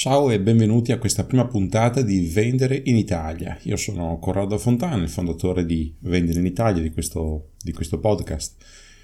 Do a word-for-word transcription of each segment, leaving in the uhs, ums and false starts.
Ciao e benvenuti a questa prima puntata di Vendere in Italia. Io sono Corrado Fontana, il fondatore di Vendere in Italia, di questo, di questo podcast.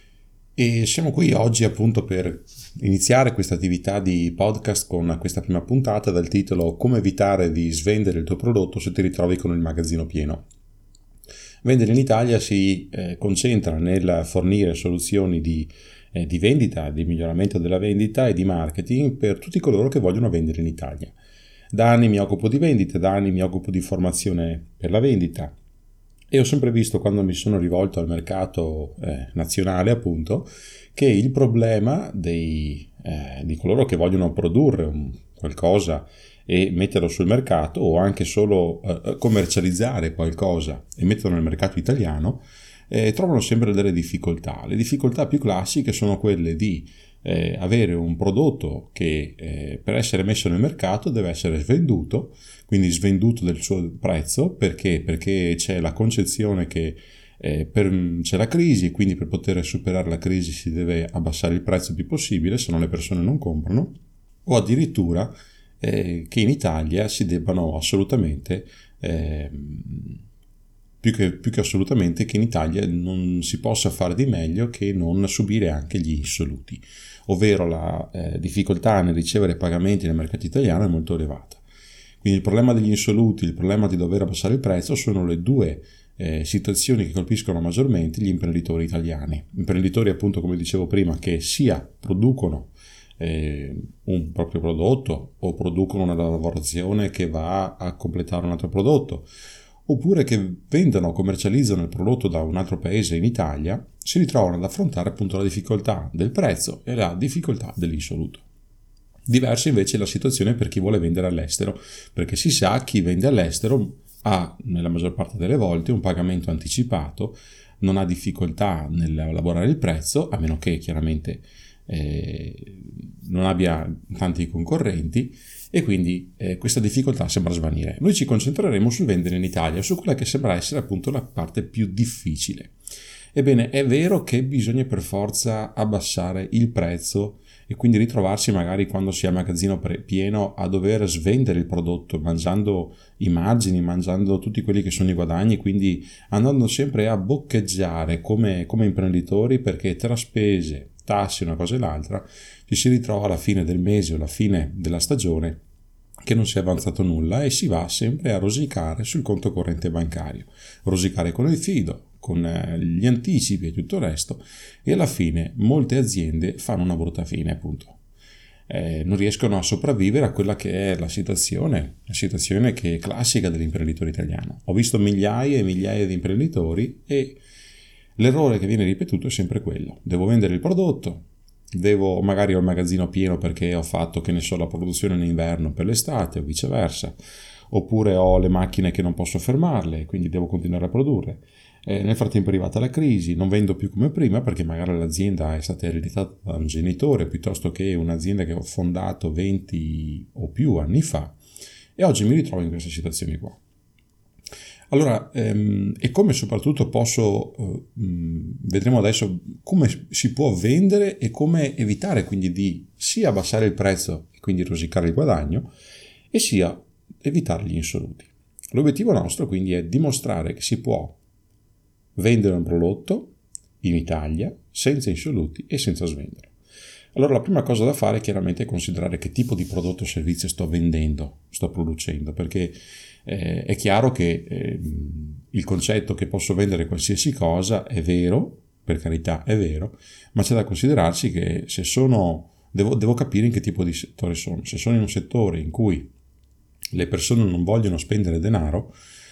E siamo qui oggi appunto per iniziare questa attività di podcast con questa prima puntata dal titolo Come evitare di svendere il tuo prodotto se ti ritrovi con il magazzino pieno. Vendere in Italia si eh, concentra nel fornire soluzioni di, eh, di vendita, di miglioramento della vendita e di marketing per tutti coloro che vogliono vendere in Italia. Da anni mi occupo di vendita, da anni mi occupo di formazione per la vendita e ho sempre visto, quando mi sono rivolto al mercato eh, nazionale appunto, che il problema dei, eh, di coloro che vogliono produrre un, qualcosa e metterlo sul mercato o anche solo eh, commercializzare qualcosa e metterlo nel mercato italiano, eh, trovano sempre delle difficoltà. Le difficoltà più classiche sono quelle di eh, avere un prodotto che eh, per essere messo nel mercato deve essere svenduto, quindi svenduto del suo prezzo. Perché? Perché c'è la concezione che eh, per, c'è la crisi e quindi per poter superare la crisi si deve abbassare il prezzo il più possibile, se no le persone non comprano, o addirittura Eh, che in Italia si debbano assolutamente, eh, più, che, più che assolutamente, che in Italia non si possa fare di meglio che non subire anche gli insoluti, ovvero la eh, difficoltà nel ricevere pagamenti nel mercato italiano è molto elevata. Quindi il problema degli insoluti, il problema di dover abbassare il prezzo sono le due eh, situazioni che colpiscono maggiormente gli imprenditori italiani. Imprenditori, appunto, come dicevo prima, che sia producono Eh, un proprio prodotto o producono una lavorazione che va a completare un altro prodotto, oppure che vendono o commercializzano il prodotto da un altro paese in Italia, si ritrovano ad affrontare appunto la difficoltà del prezzo e la difficoltà dell'insoluto. Diversa invece è la situazione per chi vuole vendere all'estero, perché si sa chi vende all'estero ha nella maggior parte delle volte un pagamento anticipato, non ha difficoltà nell'elaborare il prezzo, a meno che chiaramente Eh, non abbia tanti concorrenti, e quindi eh, questa difficoltà sembra svanire. Noi ci concentreremo sul vendere in Italia, su quella che sembra essere appunto la parte più difficile. Ebbene, è vero che bisogna per forza abbassare il prezzo e quindi ritrovarsi magari, quando si ha magazzino pieno, a dover svendere il prodotto, mangiando i margini, mangiando tutti quelli che sono i guadagni, quindi andando sempre a boccheggiare come, come imprenditori, perché tra spese, tassi, una cosa e l'altra, ci si ritrova alla fine del mese o alla fine della stagione che non si è avanzato nulla e si va sempre a rosicare sul conto corrente bancario, rosicare con il fido, con gli anticipi e tutto il resto, e alla fine molte aziende fanno una brutta fine, appunto. Eh, non riescono a sopravvivere a quella che è la situazione, la situazione che è classica dell'imprenditore italiano. Ho visto migliaia e migliaia di imprenditori e l'errore che viene ripetuto è sempre quello: devo vendere il prodotto, devo magari ho il magazzino pieno perché ho fatto, che ne so, la produzione in inverno per l'estate o viceversa, oppure ho le macchine che non posso fermarle, quindi devo continuare a produrre. Eh, nel frattempo è arrivata la crisi, non vendo più come prima perché magari l'azienda è stata ereditata da un genitore piuttosto che un'azienda che ho fondato venti o più anni fa, e oggi mi ritrovo in questa situazione qua. Allora, ehm, e come soprattutto posso, eh, vedremo adesso come si può vendere e come evitare quindi di sia abbassare il prezzo e quindi rosicare il guadagno, e sia evitare gli insoluti. L'obiettivo nostro quindi è dimostrare che si può vendere un prodotto in Italia senza insoluti e senza svendere. Allora, la prima cosa da fare chiaramente è considerare che tipo di prodotto o servizio sto vendendo, sto producendo, perché eh, è chiaro che eh, il concetto che posso vendere qualsiasi cosa è vero, per carità è vero, ma c'è da considerarsi che se sono, devo, devo capire in che tipo di settore sono. Se sono in un settore in cui le persone non vogliono spendere denaro,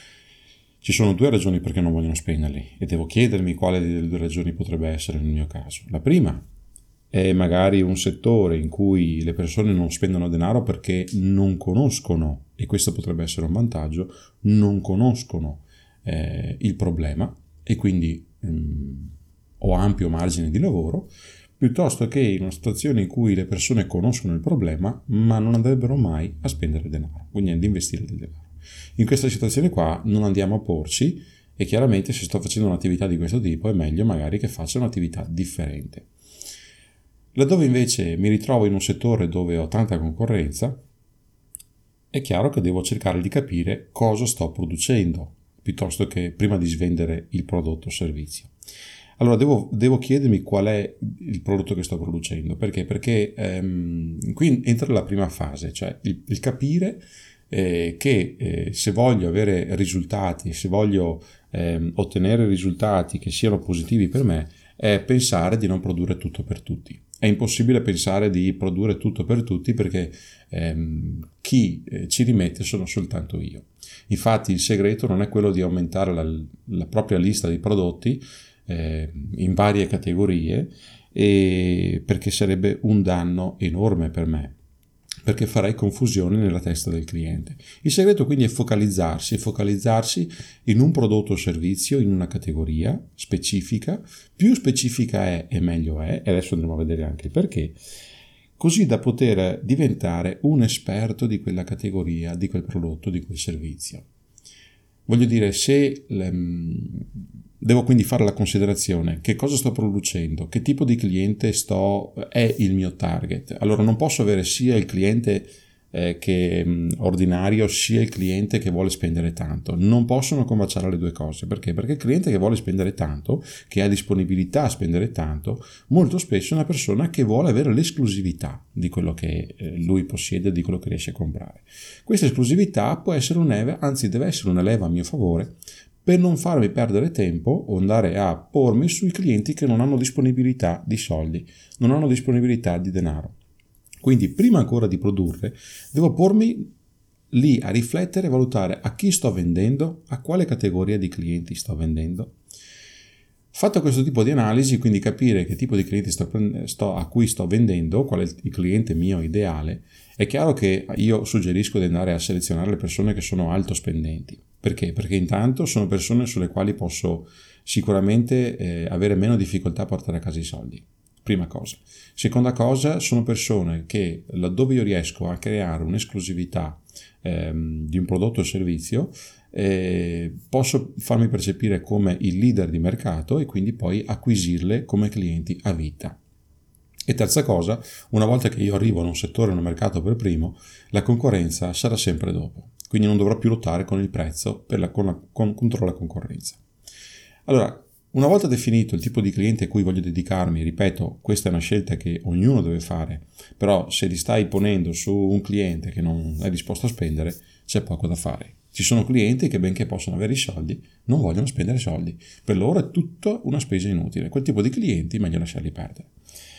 ci sono due ragioni perché non vogliono spenderli, e devo chiedermi quale delle due ragioni potrebbe essere nel mio caso. La prima è magari un settore in cui le persone non spendono denaro perché non conoscono, e questo potrebbe essere un vantaggio, non conoscono eh, il problema, e quindi ehm, ho ampio margine di lavoro, piuttosto che in una situazione in cui le persone conoscono il problema ma non andrebbero mai a spendere denaro, quindi ad investire del denaro. In questa situazione qua non andiamo a porci, e chiaramente se sto facendo un'attività di questo tipo è meglio magari che faccia un'attività differente. Laddove invece mi ritrovo in un settore dove ho tanta concorrenza, è chiaro che devo cercare di capire cosa sto producendo, piuttosto che prima di svendere il prodotto o servizio. Allora devo, devo chiedermi qual è il prodotto che sto producendo. Perché? Perché ehm, qui entra la prima fase, cioè il, il capire eh, che eh, se voglio avere risultati, se voglio ehm, ottenere risultati che siano positivi per me, è pensare di non produrre tutto per tutti. È impossibile pensare di produrre tutto per tutti perché ehm, chi eh, ci rimette sono soltanto io. Infatti il segreto non è quello di aumentare la, la propria lista di prodotti eh, in varie categorie, e perché sarebbe un danno enorme per me, perché farei confusione nella testa del cliente. Il segreto quindi è focalizzarsi, focalizzarsi in un prodotto o servizio, in una categoria specifica. Più specifica è e meglio è, e adesso andremo a vedere anche il perché, così da poter diventare un esperto di quella categoria, di quel prodotto, di quel servizio. Voglio dire, se devo quindi fare la considerazione che cosa sto producendo, che tipo di cliente sto, è il mio target. Allora non posso avere sia il cliente eh, che mh, ordinario, sia il cliente che vuole spendere tanto. Non possono combaciare le due cose. Perché? Perché il cliente che vuole spendere tanto, che ha disponibilità a spendere tanto, molto spesso è una persona che vuole avere l'esclusività di quello che eh, lui possiede, di quello che riesce a comprare. Questa esclusività può essere un leva, anzi deve essere una leva a mio favore, per non farmi perdere tempo o andare a pormi sui clienti che non hanno disponibilità di soldi, non hanno disponibilità di denaro. Quindi prima ancora di produrre devo pormi lì a riflettere e valutare a chi sto vendendo, a quale categoria di clienti sto vendendo. Fatto questo tipo di analisi, quindi capire che tipo di clienti sto, sto, a cui sto vendendo, qual è il cliente mio ideale, è chiaro che io suggerisco di andare a selezionare le persone che sono alto spendenti. Perché? Perché intanto sono persone sulle quali posso sicuramente eh, avere meno difficoltà a portare a casa i soldi. Prima cosa. Seconda cosa, sono persone che laddove io riesco a creare un'esclusività ehm, di un prodotto o servizio, eh, posso farmi percepire come il leader di mercato e quindi poi acquisirle come clienti a vita. E terza cosa, una volta che io arrivo in un settore, in un mercato per primo, la concorrenza sarà sempre dopo. Quindi non dovrò più lottare con il prezzo per la, con la, con, contro la concorrenza. Allora, una volta definito il tipo di cliente a cui voglio dedicarmi, ripeto, questa è una scelta che ognuno deve fare, però se ti stai ponendo su un cliente che non è disposto a spendere, c'è poco da fare. Ci sono clienti che, benché possano avere i soldi, non vogliono spendere soldi. Per loro è tutta una spesa inutile. Quel tipo di clienti meglio lasciarli perdere.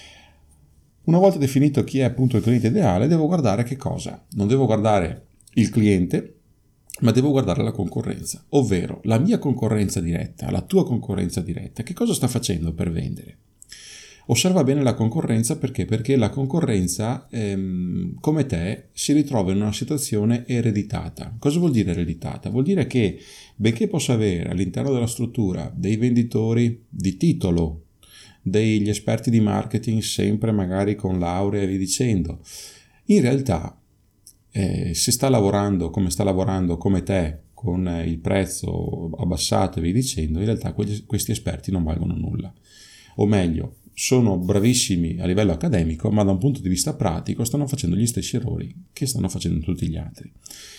Una volta definito chi è appunto il cliente ideale, devo guardare che cosa? Non devo guardare il cliente, ma devo guardare la concorrenza, ovvero la mia concorrenza diretta, la tua concorrenza diretta. Che cosa sta facendo per vendere? Osserva bene la concorrenza perché? Perché la concorrenza, ehm, come te, si ritrova in una situazione ereditata. Cosa vuol dire ereditata? Vuol dire che, benché possa avere all'interno della struttura dei venditori di titolo, degli esperti di marketing sempre magari con laurea e via dicendo, in realtà eh, se sta lavorando come sta lavorando come te, con il prezzo abbassato e via dicendo, in realtà quegli, questi esperti non valgono nulla. O meglio, sono bravissimi a livello accademico, ma da un punto di vista pratico stanno facendo gli stessi errori che stanno facendo tutti gli altri.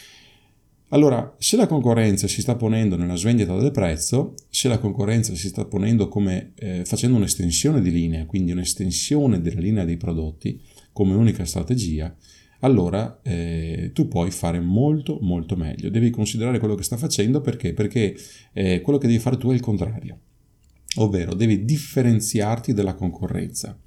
Allora, se la concorrenza si sta ponendo nella svendita del prezzo, se la concorrenza si sta ponendo come eh, facendo un'estensione di linea, quindi un'estensione della linea dei prodotti come unica strategia, allora eh, tu puoi fare molto molto meglio. Devi considerare quello che sta facendo perché? Perché eh, quello che devi fare tu è il contrario, ovvero devi differenziarti dalla concorrenza.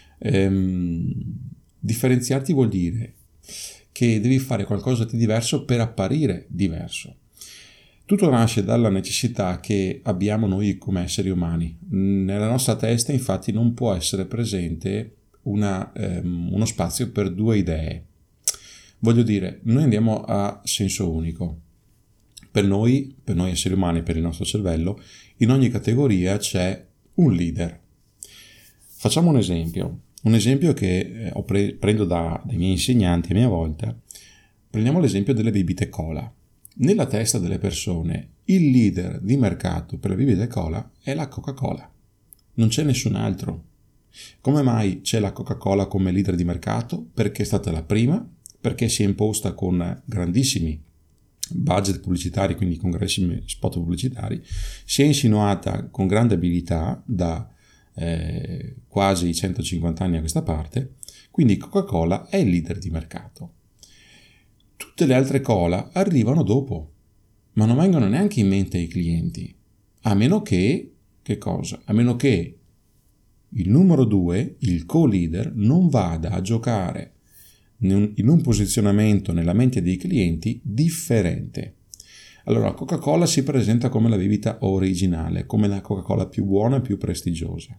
Ehm, differenziarti vuol dire che devi fare qualcosa di diverso per apparire diverso. Tutto nasce dalla necessità che abbiamo noi come esseri umani. Nella nostra testa infatti non può essere presente una, ehm, uno spazio per due idee. Voglio dire, noi andiamo a senso unico. Per noi, per noi esseri umani, per il nostro cervello, in ogni categoria c'è un leader. Facciamo un esempio. Un esempio che eh, ho pre- prendo da, dai miei insegnanti a mia volta. Prendiamo l'esempio delle bibite cola. Nella testa delle persone, il leader di mercato per le bibite cola è la Coca-Cola. Non c'è nessun altro. Come mai c'è la Coca-Cola come leader di mercato? Perché è stata la prima, perché si è imposta con grandissimi budget pubblicitari, quindi con grandissimi spot pubblicitari, si è insinuata con grande abilità da eh, quasi centocinquanta anni a questa parte, quindi Coca-Cola è il leader di mercato. Tutte le altre cola arrivano dopo, ma non vengono neanche in mente ai clienti, a meno che, che cosa? A meno che il numero due, il co-leader, non vada a giocare in un posizionamento nella mente dei clienti differente. Allora, la Coca-Cola si presenta come la bibita originale, come la Coca-Cola più buona e più prestigiosa.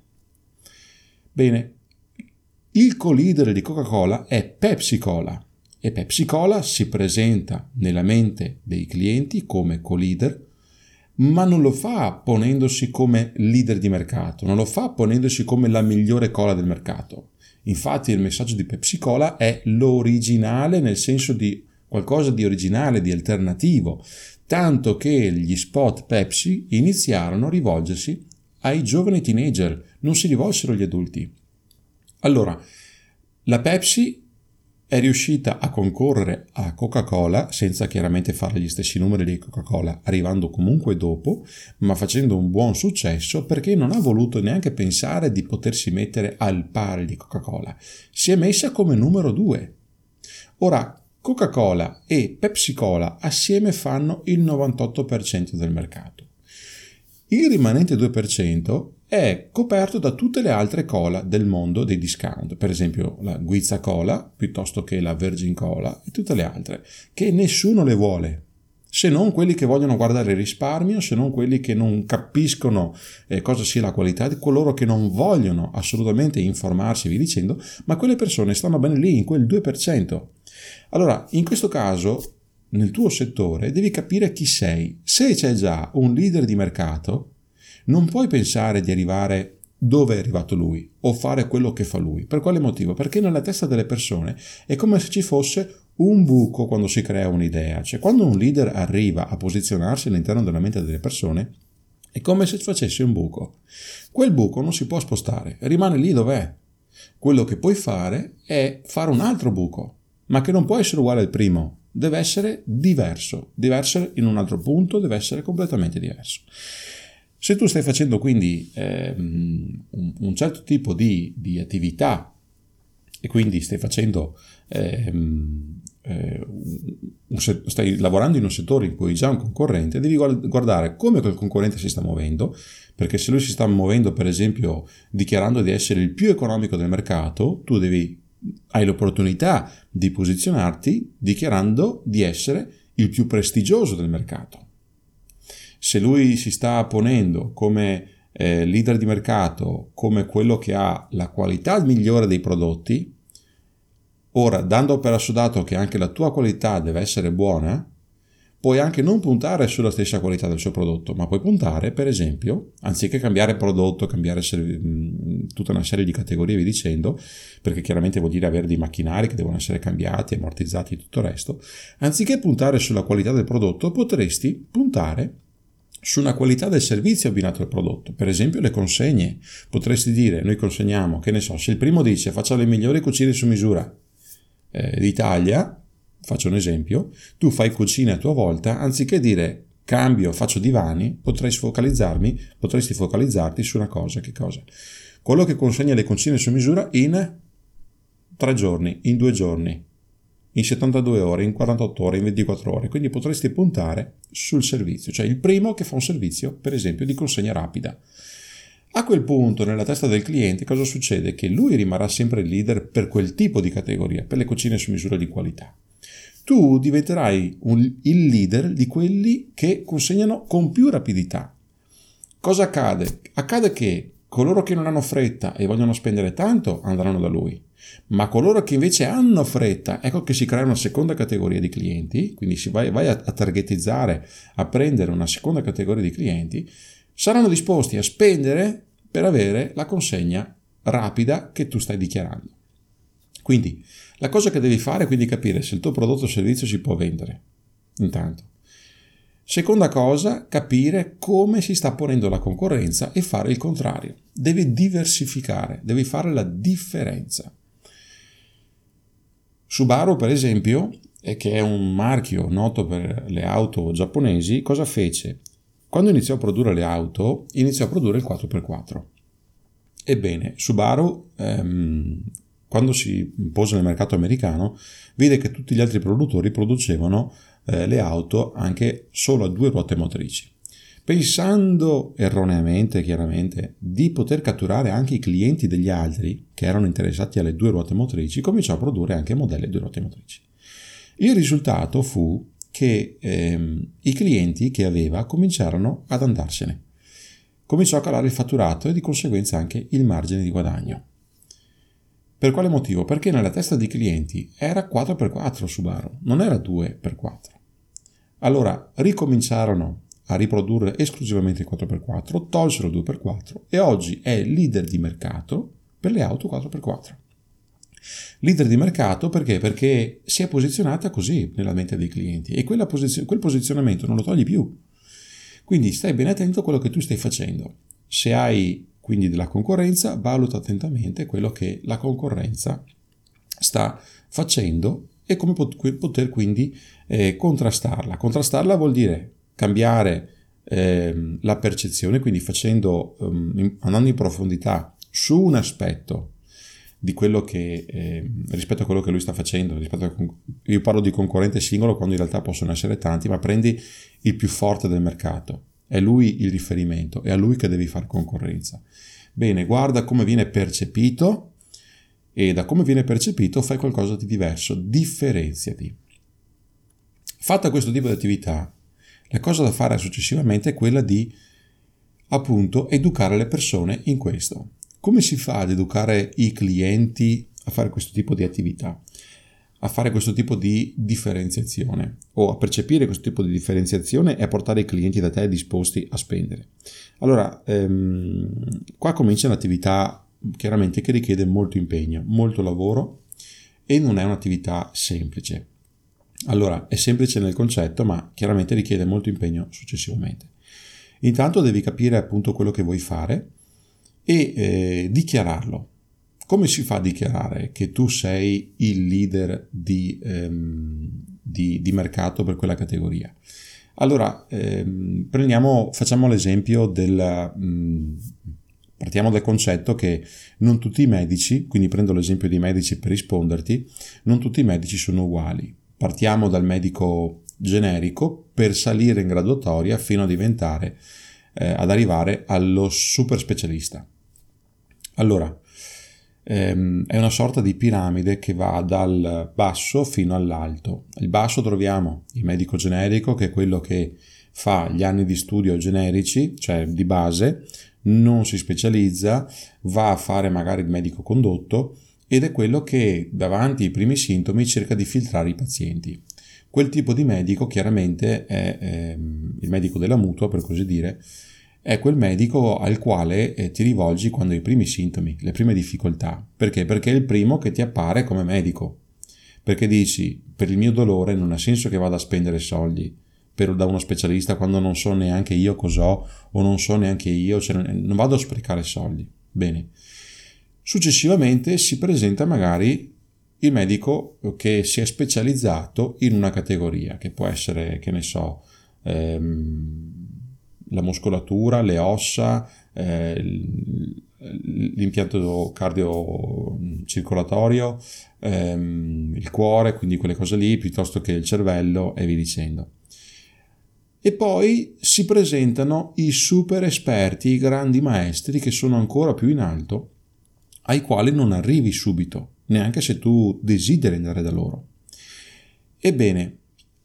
Bene, il co-leader di Coca-Cola è Pepsi-Cola e Pepsi-Cola si presenta nella mente dei clienti come co-leader, ma non lo fa ponendosi come leader di mercato, non lo fa ponendosi come la migliore cola del mercato. Infatti il messaggio di Pepsi Cola è l'originale, nel senso di qualcosa di originale, di alternativo, tanto che gli spot Pepsi iniziarono a rivolgersi ai giovani teenager, non si rivolsero agli adulti. Allora, la Pepsi è riuscita a concorrere a Coca-Cola senza chiaramente fare gli stessi numeri di Coca-Cola, arrivando comunque dopo, ma facendo un buon successo perché non ha voluto neanche pensare di potersi mettere al pari di Coca-Cola. Si è messa come numero due. Ora, Coca-Cola e Pepsi-Cola assieme fanno il novantotto per cento del mercato. Il rimanente due per cento è coperto da tutte le altre cola del mondo dei discount, per esempio la Guizza Cola piuttosto che la Virgin Cola e tutte le altre, che nessuno le vuole, se non quelli che vogliono guardare il risparmio, se non quelli che non capiscono eh, cosa sia la qualità, di coloro che non vogliono assolutamente informarsi, vi dicendo, ma quelle persone stanno bene lì, in quel due per cento. Allora, in questo caso, nel tuo settore, devi capire chi sei. Se c'è già un leader di mercato, non puoi pensare di arrivare dove è arrivato lui o fare quello che fa lui. Per quale motivo? Perché nella testa delle persone è come se ci fosse un buco quando si crea un'idea. Cioè, quando un leader arriva a posizionarsi all'interno della mente delle persone, è come se facesse un buco. Quel buco non si può spostare, rimane lì dov'è. Quello che puoi fare è fare un altro buco, ma che non può essere uguale al primo. Deve essere diverso, deve essere in un altro punto, deve essere completamente diverso. Se tu stai facendo quindi ehm, un, un certo tipo di, di attività e quindi stai facendo ehm, eh, un, stai lavorando in un settore in cui hai già un concorrente, devi guardare come quel concorrente si sta muovendo, perché se lui si sta muovendo per esempio dichiarando di essere il più economico del mercato, tu devi hai l'opportunità di posizionarti dichiarando di essere il più prestigioso del mercato. Se lui si sta ponendo come eh, leader di mercato, come quello che ha la qualità migliore dei prodotti, ora dando per assodato che anche la tua qualità deve essere buona, puoi anche non puntare sulla stessa qualità del suo prodotto, ma puoi puntare, per esempio, anziché cambiare prodotto, cambiare serv- tutta una serie di categorie, vi dicendo, perché chiaramente vuol dire avere dei macchinari che devono essere cambiati, ammortizzati e tutto il resto, anziché puntare sulla qualità del prodotto, potresti puntare su una qualità del servizio abbinato al prodotto. Per esempio le consegne. Potresti dire, noi consegniamo, che ne so, se il primo dice faccia le migliori cucine su misura eh, d'Italia, faccio un esempio, tu fai cucine a tua volta, anziché dire cambio, faccio divani, potresti focalizzarmi, potresti focalizzarti su una cosa, che cosa? Quello che consegna le cucine su misura in tre giorni, in due giorni, in settantadue ore, in quarantotto ore, in ventiquattro ore, quindi potresti puntare sul servizio, cioè il primo che fa un servizio, per esempio, di consegna rapida. A quel punto, nella testa del cliente, cosa succede? Che lui rimarrà sempre il leader per quel tipo di categoria, per le cucine su misura di qualità. Tu diventerai un, il leader di quelli che consegnano con più rapidità. Cosa accade? Accade che coloro che non hanno fretta e vogliono spendere tanto andranno da lui, ma coloro che invece hanno fretta, ecco che si crea una seconda categoria di clienti, quindi si vai, vai a, a targetizzare, a prendere una seconda categoria di clienti, saranno disposti a spendere per avere la consegna rapida che tu stai dichiarando. Quindi la cosa che devi fare è quindi capire se il tuo prodotto o servizio si può vendere, intanto. Seconda cosa, capire come si sta ponendo la concorrenza e fare il contrario. Devi diversificare, devi fare la differenza. Subaru, per esempio, che è un marchio noto per le auto giapponesi, cosa fece? Quando iniziò a produrre le auto, iniziò a produrre il quattro per quattro. Ebbene, Subaru, ehm, quando si pose nel mercato americano, vide che tutti gli altri produttori producevano eh, le auto anche solo a due ruote motrici. Pensando erroneamente, chiaramente, di poter catturare anche i clienti degli altri che erano interessati alle due ruote motrici, cominciò a produrre anche modelli a due ruote motrici. Il risultato fu che ehm, i clienti che aveva cominciarono ad andarsene. Cominciò a calare il fatturato e di conseguenza anche il margine di guadagno. Per quale motivo? Perché nella testa dei clienti era quattro per quattro Subaru, non era due per quattro. Allora ricominciarono a riprodurre esclusivamente il quattro per quattro, tolsero il due per quattro e oggi è leader di mercato per le auto quattro per quattro. Leader di mercato perché? Perché si è posizionata così nella mente dei clienti e quella posizio- quel posizionamento non lo togli più. Quindi stai bene attento a quello che tu stai facendo. Se hai quindi della concorrenza, valuta attentamente quello che la concorrenza sta facendo e come poter quindi eh, contrastarla. Contrastarla vuol dire cambiare eh, la percezione, quindi facendo, um, andando in profondità su un aspetto di quello che eh, rispetto a quello che lui sta facendo, rispetto a, io parlo di concorrente singolo quando in realtà possono essere tanti, ma prendi il più forte del mercato, è lui il riferimento, è a lui che devi fare concorrenza. Bene, guarda come viene percepito e da come viene percepito fai qualcosa di diverso, differenziati. Fatta questo tipo di attività, la cosa da fare successivamente è quella di appunto educare le persone in questo. Come si fa ad educare i clienti a fare questo tipo di attività, a fare questo tipo di differenziazione o a percepire questo tipo di differenziazione e a portare i clienti da te disposti a spendere? Allora, ehm, qua comincia un'attività chiaramente che richiede molto impegno, molto lavoro e non è un'attività semplice. Allora, è semplice nel concetto, ma chiaramente richiede molto impegno successivamente. Intanto devi capire appunto quello che vuoi fare e eh, dichiararlo. Come si fa a dichiarare che tu sei il leader di, ehm, di, di mercato per quella categoria? Allora, ehm, prendiamo, facciamo l'esempio del... Mh, partiamo dal concetto che non tutti i medici, quindi prendo l'esempio dei medici per risponderti, non tutti i medici sono uguali. Partiamo dal medico generico per salire in graduatoria fino a diventare, eh, ad arrivare allo super specialista. Allora, ehm, è una sorta di piramide che va dal basso fino all'alto. Il basso troviamo il medico generico, che è quello che fa gli anni di studio generici, cioè di base, non si specializza, va a fare magari il medico condotto ed è quello che davanti ai primi sintomi cerca di filtrare i pazienti. Quel tipo di medico chiaramente è ehm, il medico della mutua, per così dire, è quel medico al quale eh, ti rivolgi quando hai i primi sintomi, le prime difficoltà. Perché? Perché è il primo che ti appare come medico. Perché dici, per il mio dolore non ha senso che vada a spendere soldi per, da uno specialista quando non so neanche io cos'ho o non so neanche io, cioè non vado a sprecare soldi. Bene. Successivamente si presenta magari il medico che si è specializzato in una categoria, che può essere, che ne so, ehm, la muscolatura, le ossa, eh, l'impianto cardiocircolatorio, ehm, il cuore, quindi quelle cose lì, piuttosto che il cervello e via dicendo. E poi si presentano i super esperti, i grandi maestri che sono ancora più in alto, ai quali non arrivi subito, neanche se tu desideri andare da loro. Ebbene,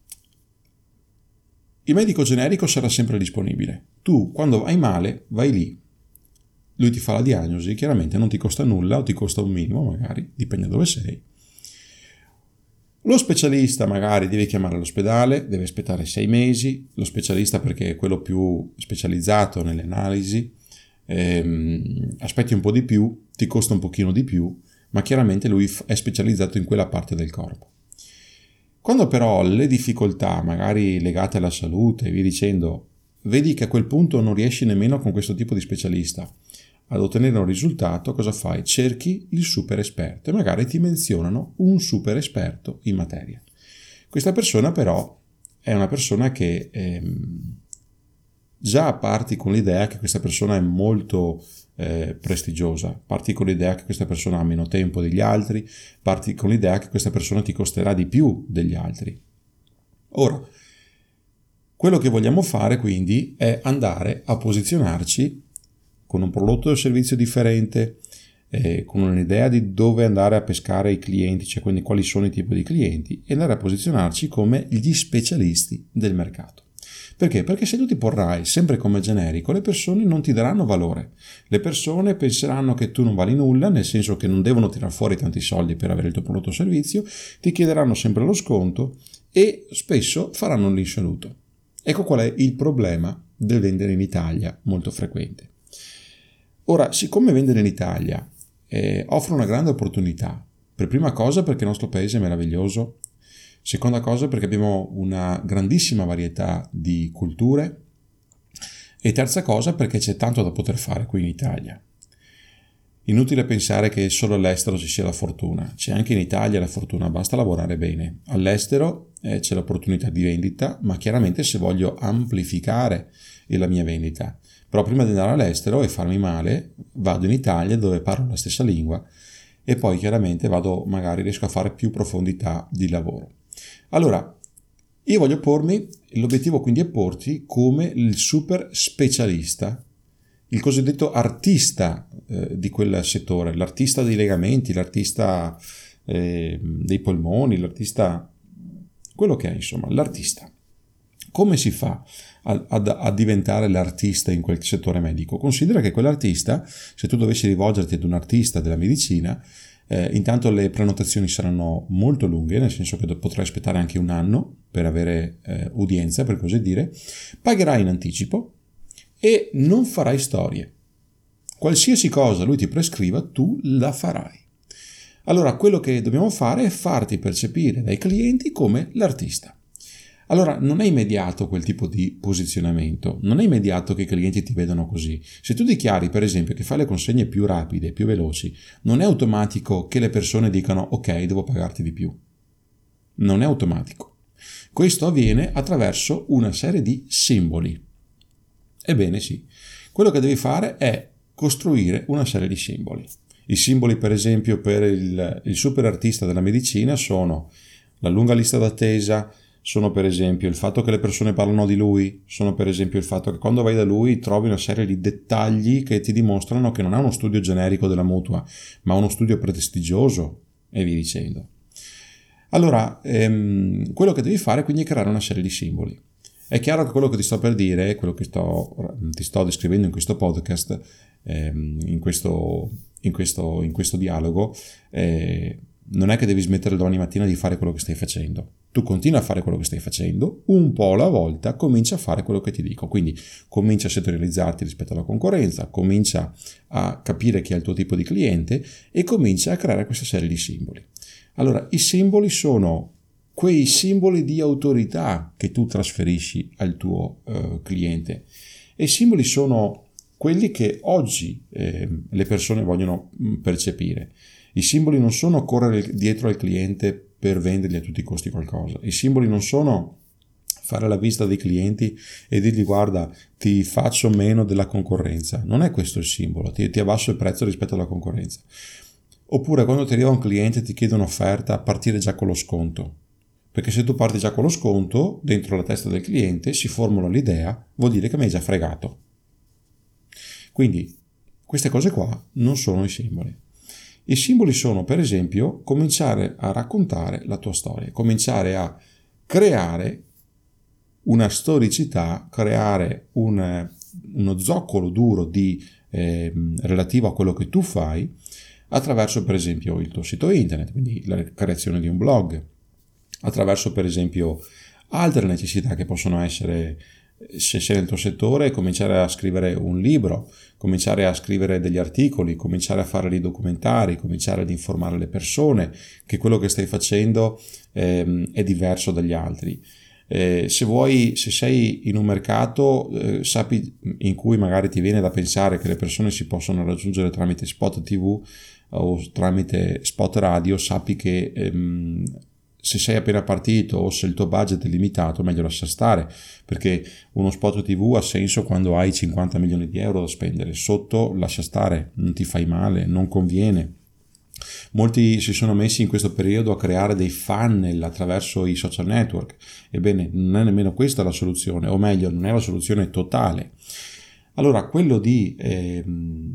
il medico generico sarà sempre disponibile. Tu, quando hai male, vai lì. Lui ti fa la diagnosi, chiaramente non ti costa nulla o ti costa un minimo, magari, dipende da dove sei. Lo specialista magari deve chiamare all'ospedale, deve aspettare sei mesi, lo specialista perché è quello più specializzato nelle analisi, ehm, aspetti un po' di più, ti costa un pochino di più, ma chiaramente lui è specializzato in quella parte del corpo. Quando però le difficoltà, magari legate alla salute e via dicendo, vedi che a quel punto non riesci nemmeno con questo tipo di specialista ad ottenere un risultato, cosa fai? Cerchi il super esperto e magari ti menzionano un super esperto in materia. Questa persona però è una persona che ehm, già parti con l'idea che questa persona è molto eh, prestigiosa, parti con l'idea che questa persona ha meno tempo degli altri, parti con l'idea che questa persona ti costerà di più degli altri. Ora, quello che vogliamo fare quindi è andare a posizionarci con un prodotto o servizio differente, eh, con un'idea di dove andare a pescare i clienti, cioè quindi quali sono i tipi di clienti, e andare a posizionarci come gli specialisti del mercato. Perché? Perché se tu ti porrai sempre come generico, le persone non ti daranno valore. Le persone penseranno che tu non vali nulla, nel senso che non devono tirare fuori tanti soldi per avere il tuo prodotto o servizio, ti chiederanno sempre lo sconto e spesso faranno l'insoluto. Ecco qual è il problema del vendere in Italia, molto frequente. Ora, siccome vendere in Italia eh, offre una grande opportunità, per prima cosa perché il nostro paese è meraviglioso, seconda cosa perché abbiamo una grandissima varietà di culture e terza cosa perché c'è tanto da poter fare qui in Italia. Inutile pensare che solo all'estero ci sia la fortuna, c'è anche in Italia la fortuna, basta lavorare bene. All'estero eh, c'è l'opportunità di vendita, ma chiaramente se voglio amplificare la mia vendita. Però prima di andare all'estero e farmi male, vado in Italia dove parlo la stessa lingua e poi chiaramente vado, magari riesco a fare più profondità di lavoro. Allora, io voglio pormi, l'obiettivo quindi è porti come il super specialista, il cosiddetto artista eh, di quel settore, l'artista dei legamenti, l'artista eh, dei polmoni, l'artista, quello che è insomma, l'artista. Come si fa a, a, a diventare l'artista in quel settore medico? Considera che quell'artista, se tu dovessi rivolgerti ad un artista della medicina, eh, intanto le prenotazioni saranno molto lunghe, nel senso che potrai aspettare anche un anno per avere eh, udienza, per così dire, pagherai in anticipo e non farai storie. Qualsiasi cosa lui ti prescriva, tu la farai. Allora, quello che dobbiamo fare è farti percepire dai clienti come l'artista. Allora, non è immediato quel tipo di posizionamento, non è immediato che i clienti ti vedano così. Se tu dichiari, per esempio, che fai le consegne più rapide, più veloci, non è automatico che le persone dicano ok, devo pagarti di più. Non è automatico. Questo avviene attraverso una serie di simboli. Ebbene sì, quello che devi fare è costruire una serie di simboli. I simboli, per esempio, per il, il super artista della medicina sono la lunga lista d'attesa, sono per esempio il fatto che le persone parlano di lui, sono per esempio il fatto che quando vai da lui trovi una serie di dettagli che ti dimostrano che non ha uno studio generico della mutua, ma uno studio prestigioso e via dicendo. Allora, ehm, quello che devi fare quindi è creare una serie di simboli. È chiaro che quello che ti sto per dire, quello che sto, ti sto descrivendo in questo podcast, ehm, in, questo, in, questo, in questo dialogo, eh, non è che devi smettere domani mattina di fare quello che stai facendo. Tu continui a fare quello che stai facendo, un po' alla volta comincia a fare quello che ti dico. Quindi comincia a settorializzarti rispetto alla concorrenza, comincia a capire chi è il tuo tipo di cliente e comincia a creare questa serie di simboli. Allora, i simboli sono quei simboli di autorità che tu trasferisci al tuo eh, cliente. E i simboli sono quelli che oggi eh, le persone vogliono percepire. I simboli non sono correre dietro al cliente per vendergli a tutti i costi qualcosa. I simboli non sono fare la visita dei clienti e dirgli guarda, ti faccio meno della concorrenza. Non è questo il simbolo, ti, ti abbasso il prezzo rispetto alla concorrenza. Oppure quando ti arriva un cliente e ti chiede un'offerta, partire già con lo sconto. Perché se tu parti già con lo sconto, dentro la testa del cliente si formula l'idea, vuol dire che mi hai già fregato. Quindi queste cose qua non sono i simboli. I simboli sono, per esempio, cominciare a raccontare la tua storia, cominciare a creare una storicità, creare un, uno zoccolo duro di, eh, relativo a quello che tu fai, attraverso, per esempio, il tuo sito internet, quindi la creazione di un blog, attraverso, per esempio, altre necessità che possono essere, se sei nel tuo settore, cominciare a scrivere un libro, cominciare a scrivere degli articoli, cominciare a fare dei documentari, cominciare ad informare le persone che quello che stai facendo ehm, è diverso dagli altri. Eh, se vuoi, se sei in un mercato, eh, sappi in cui magari ti viene da pensare che le persone si possono raggiungere tramite spot tivù o tramite spot radio, sappi che ehm, se sei appena partito o se il tuo budget è limitato, meglio lascia stare, perché uno spot tivù ha senso quando hai cinquanta milioni di euro da spendere. Sotto lascia stare, non ti fai male, non conviene. Molti si sono messi in questo periodo a creare dei funnel attraverso i social network. Ebbene, non è nemmeno questa la soluzione, o meglio, non è la soluzione totale. Allora, quello di ehm,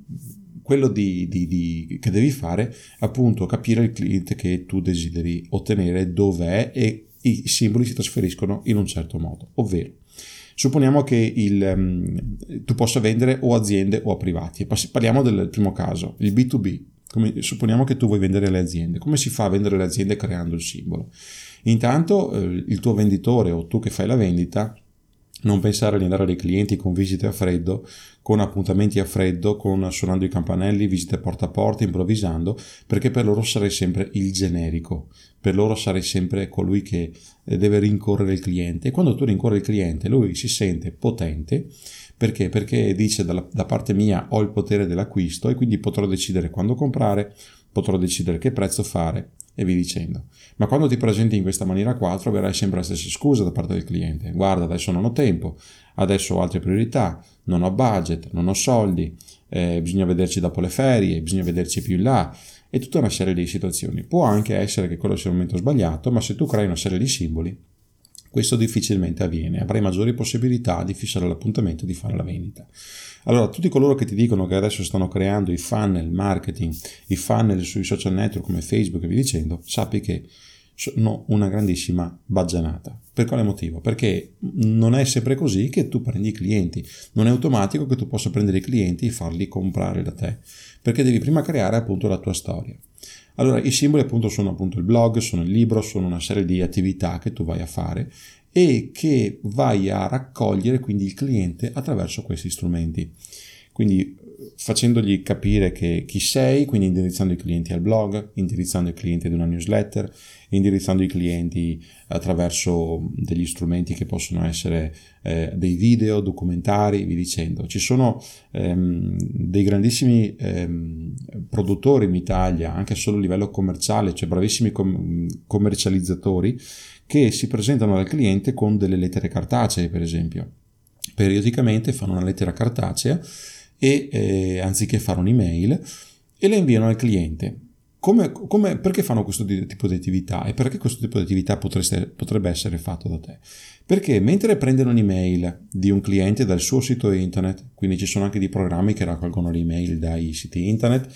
quello di, di, di, che devi fare è appunto capire il cliente che tu desideri ottenere, dov'è, e i simboli si trasferiscono in un certo modo, ovvero supponiamo che il, um, tu possa vendere o aziende o a privati. Parliamo del primo caso, il B due B. Come, supponiamo che tu vuoi vendere alle aziende. Come si fa a vendere le aziende creando il simbolo? Intanto eh, il tuo venditore o tu che fai la vendita, non pensare di andare dai clienti con visite a freddo, con appuntamenti a freddo, con suonando i campanelli, visite porta a porta, improvvisando, perché per loro sarai sempre il generico, per loro sarai sempre colui che deve rincorrere il cliente, e quando tu rincorri il cliente lui si sente potente. Perché? Perché dice dalla, da parte mia ho il potere dell'acquisto e quindi potrò decidere quando comprare, potrò decidere che prezzo fare e via dicendo. Ma quando ti presenti in questa maniera qua troverai sempre la stessa scusa da parte del cliente. Guarda, adesso non ho tempo, adesso ho altre priorità, non ho budget, non ho soldi, eh, bisogna vederci dopo le ferie, bisogna vederci più in là, e tutta una serie di situazioni. Può anche essere che quello sia il momento sbagliato, ma se tu crei una serie di simboli, questo difficilmente avviene, avrai maggiori possibilità di fissare l'appuntamento e di fare la vendita. Allora, tutti coloro che ti dicono che adesso stanno creando i funnel marketing, i funnel sui social network come Facebook e via dicendo, sappi che sono una grandissima baggianata. Per quale motivo? Perché non è sempre così che tu prendi i clienti, non è automatico che tu possa prendere i clienti e farli comprare da te, perché devi prima creare appunto la tua storia. Allora, i simboli appunto sono appunto il blog, sono il libro, sono una serie di attività che tu vai a fare e che vai a raccogliere quindi il cliente attraverso questi strumenti. Quindi facendogli capire che chi sei, quindi indirizzando i clienti al blog, indirizzando i clienti ad una newsletter, indirizzando i clienti attraverso degli strumenti che possono essere eh, dei video, documentari, vi dicendo. Ci sono ehm, dei grandissimi ehm, produttori in Italia, anche solo a livello commerciale, cioè bravissimi com- commercializzatori, che si presentano al cliente con delle lettere cartacee, per esempio. Periodicamente fanno una lettera cartacea e eh, anziché fare un'email e le inviano al cliente. Come, come, perché fanno questo tipo di attività e perché questo tipo di attività potreste, potrebbe essere fatto da te? Perché mentre prendono un'email di un cliente dal suo sito internet, quindi ci sono anche dei programmi che raccolgono le email dai siti internet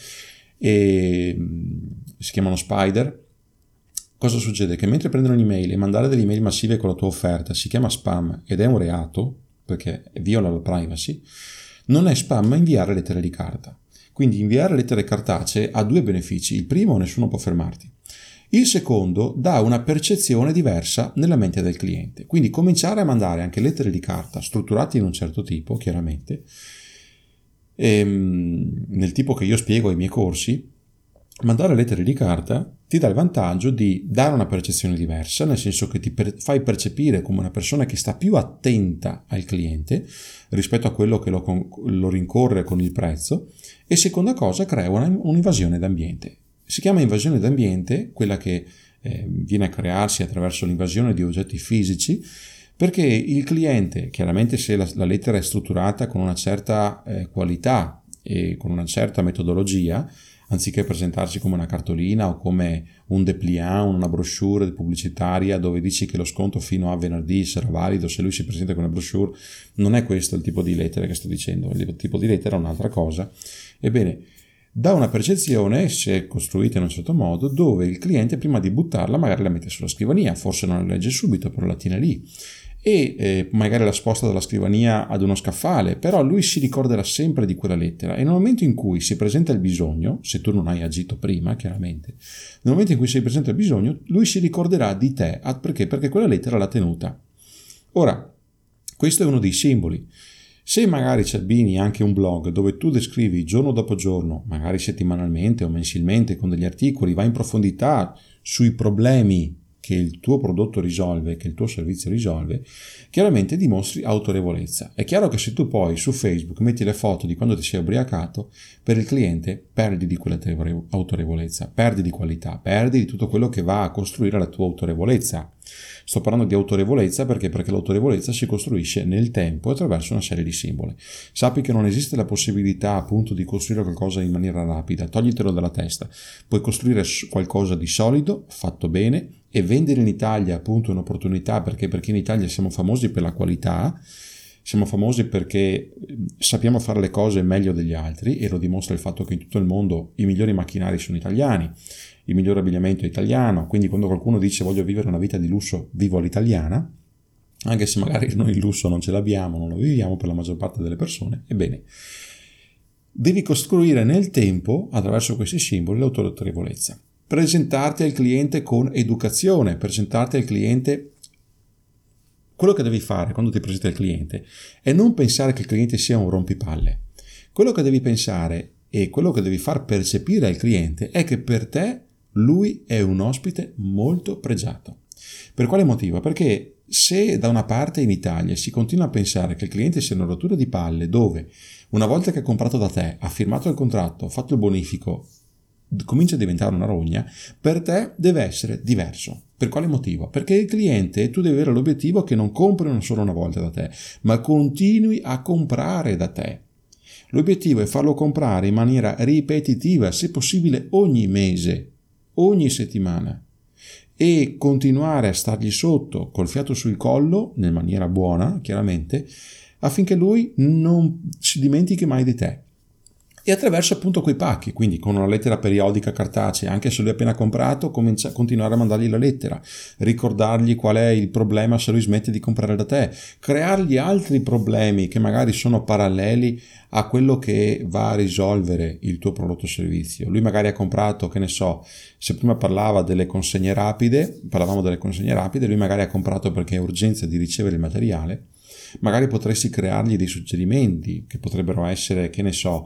e si chiamano Spider, cosa succede? Che mentre prendono un'email e mandare delle email massive con la tua offerta si chiama spam ed è un reato perché viola la privacy. Non è spam inviare lettere di carta. Quindi inviare lettere cartacee ha due benefici. Il primo, nessuno può fermarti. Il secondo, dà una percezione diversa nella mente del cliente. Quindi cominciare a mandare anche lettere di carta strutturate in un certo tipo, chiaramente, ehm, nel tipo che io spiego ai miei corsi, mandare lettere di carta ti dà il vantaggio di dare una percezione diversa, nel senso che ti per- fai percepire come una persona che sta più attenta al cliente rispetto a quello che lo, con- lo rincorre con il prezzo, e seconda cosa crea una, un'invasione d'ambiente. Si chiama invasione d'ambiente quella che eh, viene a crearsi attraverso l'invasione di oggetti fisici, perché il cliente, chiaramente se la, la lettera è strutturata con una certa eh, qualità e con una certa metodologia, anziché presentarsi come una cartolina o come un dépliant, una brochure pubblicitaria dove dici che lo sconto fino a venerdì sarà valido se lui si presenta con una brochure, non è questo il tipo di lettera che sto dicendo, il tipo di lettera è un'altra cosa. Ebbene, dà una percezione, se è costruita in un certo modo, dove il cliente prima di buttarla magari la mette sulla scrivania, forse non la legge subito, però la tiene lì, e eh, magari la sposta dalla scrivania ad uno scaffale, però lui si ricorderà sempre di quella lettera, e nel momento in cui si presenta il bisogno, se tu non hai agito prima chiaramente, nel momento in cui si presenta il bisogno lui si ricorderà di te. Ah, perché? Perché quella lettera l'ha tenuta. Ora, questo è uno dei simboli. Se magari ci abbini anche un blog dove tu descrivi giorno dopo giorno, magari settimanalmente o mensilmente con degli articoli, vai in profondità sui problemi che il tuo prodotto risolve, che il tuo servizio risolve, chiaramente dimostri autorevolezza. È chiaro che se tu poi su Facebook metti le foto di quando ti sei ubriacato, per il cliente perdi di quella autorevolezza, perdi di qualità, perdi di tutto quello che va a costruire la tua autorevolezza. Sto parlando di autorevolezza perché? Perché l'autorevolezza si costruisce nel tempo attraverso una serie di simboli. Sappi che non esiste la possibilità appunto di costruire qualcosa in maniera rapida, toglitelo dalla testa. Puoi costruire qualcosa di solido, fatto bene, e vendere in Italia appunto un'opportunità, perché perché in Italia siamo famosi per la qualità, siamo famosi perché sappiamo fare le cose meglio degli altri, e lo dimostra il fatto che in tutto il mondo i migliori macchinari sono italiani, il miglior abbigliamento è italiano, quindi quando qualcuno dice voglio vivere una vita di lusso, vivo all'italiana, anche se magari noi il lusso non ce l'abbiamo, non lo viviamo per la maggior parte delle persone, ebbene, devi costruire nel tempo, attraverso questi simboli, l'autorevolezza. Presentarti al cliente con educazione, presentarti al cliente. Quello che devi fare quando ti presenti al cliente è non pensare che il cliente sia un rompipalle. Quello che devi pensare e quello che devi far percepire al cliente è che per te lui è un ospite molto pregiato. Per quale motivo? Perché se da una parte in Italia si continua a pensare che il cliente sia una rottura di palle, dove una volta che ha comprato da te, ha firmato il contratto, ha fatto il bonifico, comincia a diventare una rogna, per te deve essere diverso. Per quale motivo? Perché il cliente, tu devi avere l'obiettivo che non compri non solo una volta da te, ma continui a comprare da te. L'obiettivo è farlo comprare in maniera ripetitiva, se possibile ogni mese, ogni settimana, e continuare a stargli sotto col fiato sul collo, in maniera buona, chiaramente, affinché lui non si dimentichi mai di te. E attraverso appunto quei pacchi, quindi con una lettera periodica cartacea, anche se lui ha appena comprato, comincia a continuare a mandargli la lettera, ricordargli qual è il problema se lui smette di comprare da te, creargli altri problemi che magari sono paralleli a quello che va a risolvere il tuo prodotto o servizio. Lui magari ha comprato, che ne so, se prima parlava delle consegne rapide, parlavamo delle consegne rapide, lui magari ha comprato perché ha urgenza di ricevere il materiale. Magari potresti creargli dei suggerimenti che potrebbero essere, che ne so,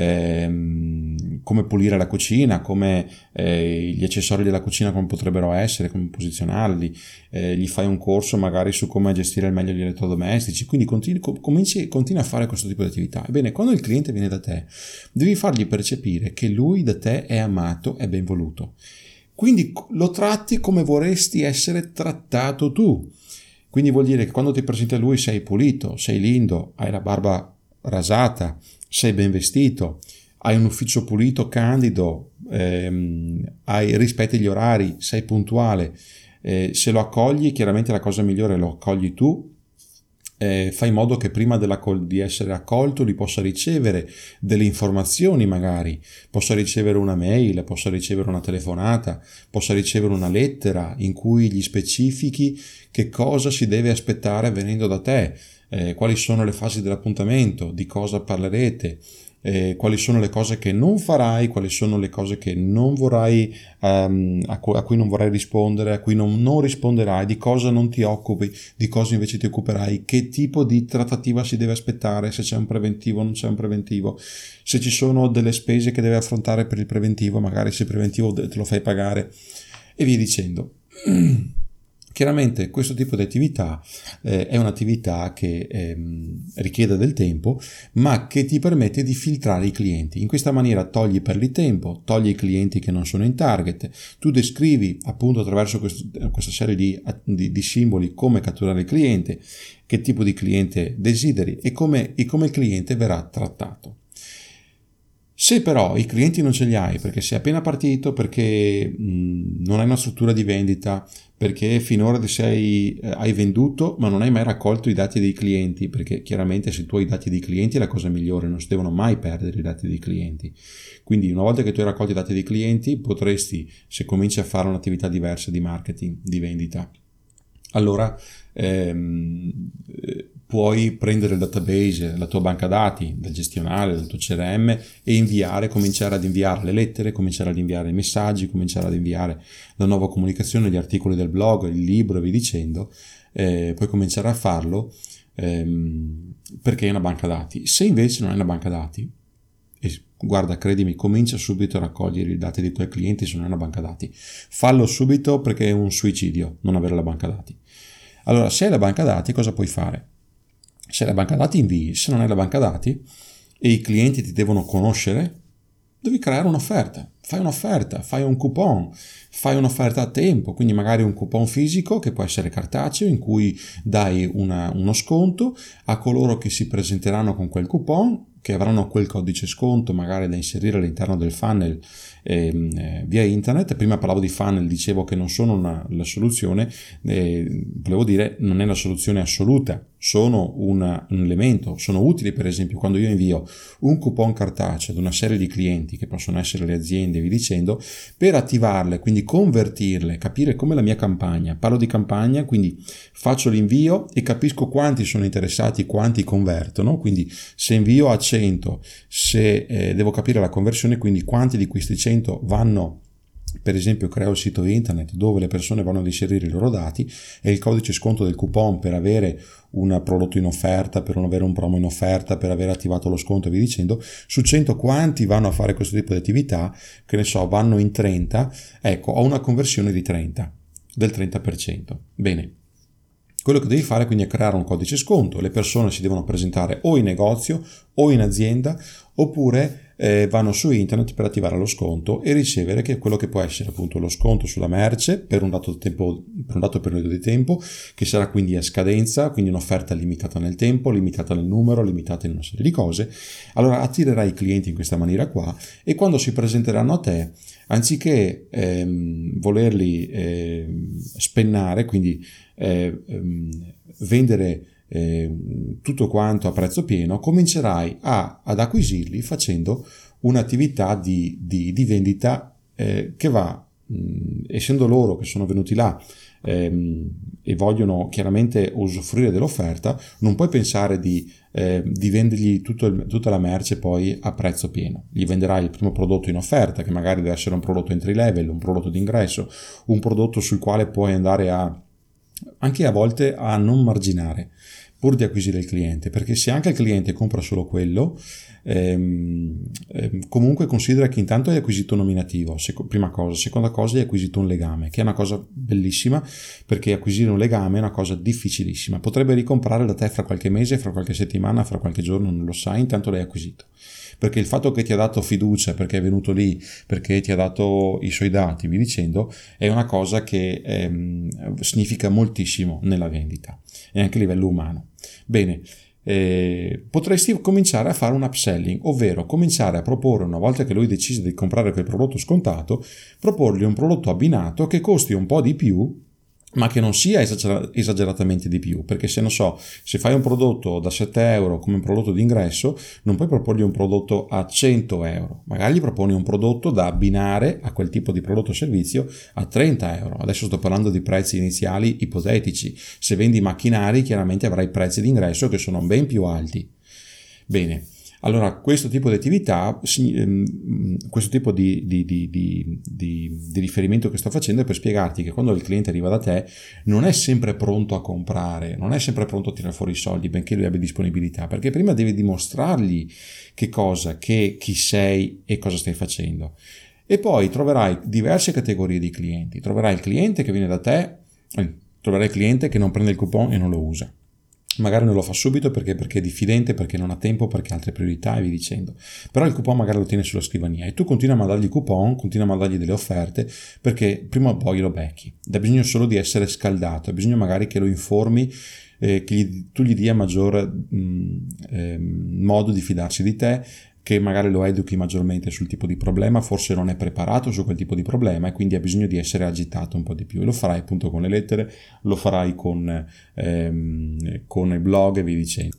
ehm, come pulire la cucina, come eh, gli accessori della cucina come potrebbero essere, come posizionarli, eh, gli fai un corso magari su come gestire al meglio gli elettrodomestici, quindi continui, cominci, continui a fare questo tipo di attività. Ebbene, quando il cliente viene da te, devi fargli percepire che lui da te è amato, è ben voluto. Quindi lo tratti come vorresti essere trattato tu. Quindi vuol dire che quando ti presenti a lui sei pulito, sei lindo, hai la barba rasata, sei ben vestito, hai un ufficio pulito, candido, ehm, hai, rispetti gli orari, sei puntuale. Eh, se lo accogli, chiaramente la cosa migliore lo accogli tu. Eh, fai in modo che prima della, di essere accolto lui possa ricevere delle informazioni, magari possa ricevere una mail, possa ricevere una telefonata, possa ricevere una lettera in cui gli specifichi che cosa si deve aspettare venendo da te, eh, quali sono le fasi dell'appuntamento, di cosa parlerete, eh, quali sono le cose che non farai, quali sono le cose che non vorrai, um, a, cu- a cui non vorrai rispondere, a cui non, non risponderai, di cosa non ti occupi, di cosa invece ti occuperai, che tipo di trattativa si deve aspettare, se c'è un preventivo o non c'è un preventivo, se ci sono delle spese che deve affrontare per il preventivo, magari se il preventivo te lo fai pagare e via dicendo. Chiaramente questo tipo di attività eh, è un'attività che ehm, richiede del tempo, ma che ti permette di filtrare i clienti. In questa maniera togli per il tempo, togli i clienti che non sono in target, tu descrivi appunto attraverso questo, questa serie di, di, di simboli come catturare il cliente, che tipo di cliente desideri e come, e come il cliente verrà trattato. Se però i clienti non ce li hai perché sei appena partito, perché mh, non hai una struttura di vendita, perché finora ti sei, eh, hai venduto ma non hai mai raccolto i dati dei clienti, perché chiaramente se tu hai i dati dei clienti è la cosa migliore, non si devono mai perdere i dati dei clienti. Quindi una volta che tu hai raccolto i dati dei clienti potresti, se cominci a fare un'attività diversa di marketing, di vendita, allora ehm, puoi prendere il database, la tua banca dati, del gestionale, del tuo C R M e inviare, cominciare ad inviare le lettere, cominciare ad inviare i messaggi, cominciare ad inviare la nuova comunicazione, gli articoli del blog, il libro e via dicendo. Eh, puoi cominciare a farlo ehm, perché è una banca dati. Se invece non è una banca dati, e guarda, credimi, comincia subito a raccogliere i dati dei tuoi clienti se non hai una banca dati. Fallo subito, perché è un suicidio non avere la banca dati. Allora, se hai la banca dati, cosa puoi fare? Se hai la banca dati invii, se non hai la banca dati e i clienti ti devono conoscere, devi creare un'offerta. Fai un'offerta, fai un coupon, fai un'offerta a tempo, quindi magari un coupon fisico che può essere cartaceo in cui dai una, uno sconto a coloro che si presenteranno con quel coupon, che avranno quel codice sconto magari da inserire all'interno del funnel eh, eh, via internet. Prima parlavo di funnel, dicevo che non sono una, la soluzione, eh, volevo dire non è la soluzione assoluta, sono una, un elemento, sono utili. Per esempio quando io invio un coupon cartaceo ad una serie di clienti che possono essere le aziende e vi dicendo, per attivarle, quindi convertirle, capire come la mia campagna, parlo di campagna, quindi faccio l'invio e capisco quanti sono interessati, quanti convertono, quindi se invio a cento, se eh, devo capire la conversione, quindi quanti di questi cento vanno, per esempio creo il sito internet dove le persone vanno ad inserire i loro dati e il codice sconto del coupon per avere un prodotto in offerta, per non avere un promo in offerta, per aver attivato lo sconto e via dicendo, su cento quanti vanno a fare questo tipo di attività, che ne so, vanno in trenta, ecco, ho una conversione di trenta, del trenta per cento. Bene. Quello che devi fare quindi è creare un codice sconto, le persone si devono presentare o in negozio o in azienda, oppure eh, vanno su internet per attivare lo sconto e ricevere che quello che può essere appunto lo sconto sulla merce per un dato tempo, per un dato periodo di tempo, che sarà quindi a scadenza, quindi un'offerta limitata nel tempo, limitata nel numero, limitata in una serie di cose. Allora attirerai i clienti in questa maniera qua e quando si presenteranno a te, anziché ehm, volerli ehm, spennare, quindi eh, ehm, vendere eh, tutto quanto a prezzo pieno, comincerai a, ad acquisirli facendo un'attività di, di, di vendita eh, che va, mh, essendo loro che sono venuti là ehm, e vogliono chiaramente usufruire dell'offerta, non puoi pensare di, eh, di vendergli tutto il, tutta la merce poi a prezzo pieno. Gli venderai il primo prodotto in offerta, che magari deve essere un prodotto entry level, un prodotto d'ingresso, un prodotto sul quale puoi andare a anche a volte a non marginare pur di acquisire il cliente, perché se anche il cliente compra solo quello, ehm, ehm, comunque considera che intanto hai acquisito un nominativo, sec- prima cosa, seconda cosa hai acquisito un legame, che è una cosa bellissima, perché acquisire un legame è una cosa difficilissima, potrebbe ricomprare da te fra qualche mese, fra qualche settimana, fra qualche giorno, non lo sai, intanto l'hai acquisito. Perché il fatto che ti ha dato fiducia, perché è venuto lì, perché ti ha dato i suoi dati, vi dicendo, è una cosa che ehm, significa moltissimo nella vendita e anche a livello umano. Bene, eh, potresti cominciare a fare un upselling, ovvero cominciare a proporre, una volta che lui decide di comprare quel prodotto scontato, proporgli un prodotto abbinato che costi un po' di più, ma che non sia esager- esageratamente di più, perché se non so, se fai un prodotto da sette euro come un prodotto d'ingresso, non puoi proporgli un prodotto a cento euro, magari gli proponi un prodotto da abbinare a quel tipo di prodotto o servizio a trenta euro. Adesso sto parlando di prezzi iniziali ipotetici, se vendi macchinari chiaramente avrai prezzi d'ingresso che sono ben più alti. Bene. Allora, questo tipo di attività, questo tipo di, di, di, di, di, di riferimento che sto facendo è per spiegarti che quando il cliente arriva da te non è sempre pronto a comprare, non è sempre pronto a tirare fuori i soldi, benché lui abbia disponibilità, perché prima devi dimostrargli che cosa, che chi sei e cosa stai facendo. E poi troverai diverse categorie di clienti. Troverai il cliente che viene da te, eh, troverai il cliente che non prende il coupon e non lo usa. Magari non lo fa subito perché, perché è diffidente, perché non ha tempo, perché ha altre priorità e via dicendo. Però il coupon magari lo tiene sulla scrivania e tu continui a mandargli coupon, continui a mandargli delle offerte perché prima o poi lo becchi. Ha bisogno solo di essere scaldato, ha bisogno magari che lo informi, eh, che gli, tu gli dia maggior mh, eh, modo di fidarsi di te, che magari lo educhi maggiormente sul tipo di problema, forse non è preparato su quel tipo di problema e quindi ha bisogno di essere agitato un po' di più. E lo farai appunto con le lettere, lo farai con, ehm, con i blog e via dicendo.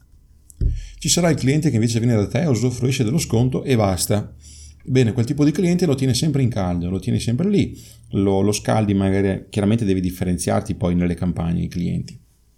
Ci sarà il cliente che invece viene da te, usufruisce dello sconto e basta. Bene, quel tipo di cliente lo tiene sempre in caldo, lo tieni sempre lì, lo, lo scaldi, magari chiaramente devi differenziarti poi nelle campagne i clienti.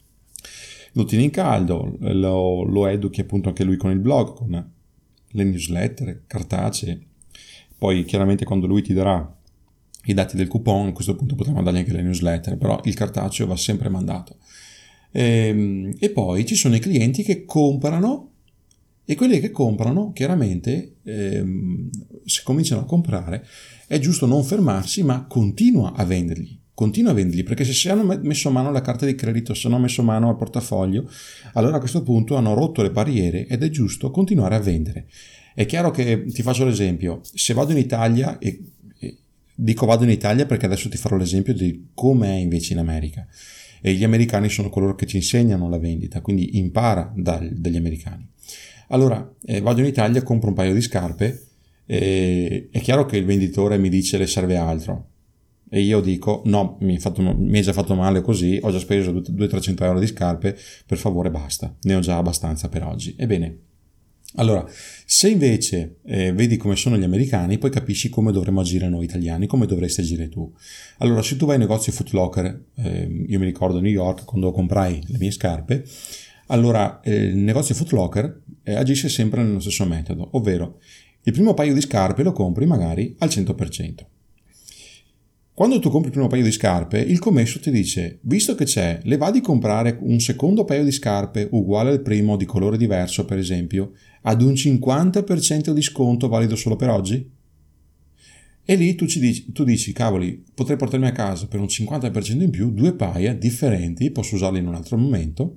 Lo tieni in caldo, lo, lo educhi appunto anche lui con il blog, con le newsletter cartacee, poi chiaramente quando lui ti darà i dati del coupon a questo punto potrai mandargli anche le newsletter, però il cartaceo va sempre mandato. E, e poi ci sono i clienti che comprano E quelli che comprano, chiaramente, ehm, se cominciano a comprare, è giusto non fermarsi, ma continua a venderli. Continua a venderli, perché se si hanno messo a mano alla carta di credito, se hanno messo a mano al portafoglio, allora a questo punto hanno rotto le barriere ed è giusto continuare a vendere. È chiaro che, ti faccio l'esempio, se vado in Italia, e, e dico vado in Italia perché adesso ti farò l'esempio di come è invece in America. E gli americani sono coloro che ci insegnano la vendita, quindi impara dal, dagli americani. Allora, eh, vado in Italia, compro un paio di scarpe, e è chiaro che il venditore mi dice le serve altro. E io dico, no, mi è, fatto, mi è già fatto male così, ho già speso duecento trecento euro di scarpe, per favore basta, ne ho già abbastanza per oggi. Ebbene, allora, se invece eh, vedi come sono gli americani, poi capisci come dovremmo agire noi italiani, come dovresti agire tu. Allora, se tu vai in negozio Foot Locker, eh, io mi ricordo a New York quando comprai le mie scarpe, allora eh, il negozio Foot Locker eh, agisce sempre nello stesso metodo, ovvero il primo paio di scarpe lo compri magari al cento per cento. Quando tu compri il primo paio di scarpe, il commesso ti dice, visto che c'è, le va di comprare un secondo paio di scarpe uguale al primo di colore diverso, per esempio, ad un cinquanta per cento di sconto valido solo per oggi? E lì tu, ci dici, tu dici, cavoli, potrei portarmi a casa per un cinquanta per cento in più due paia differenti, posso usarli in un altro momento,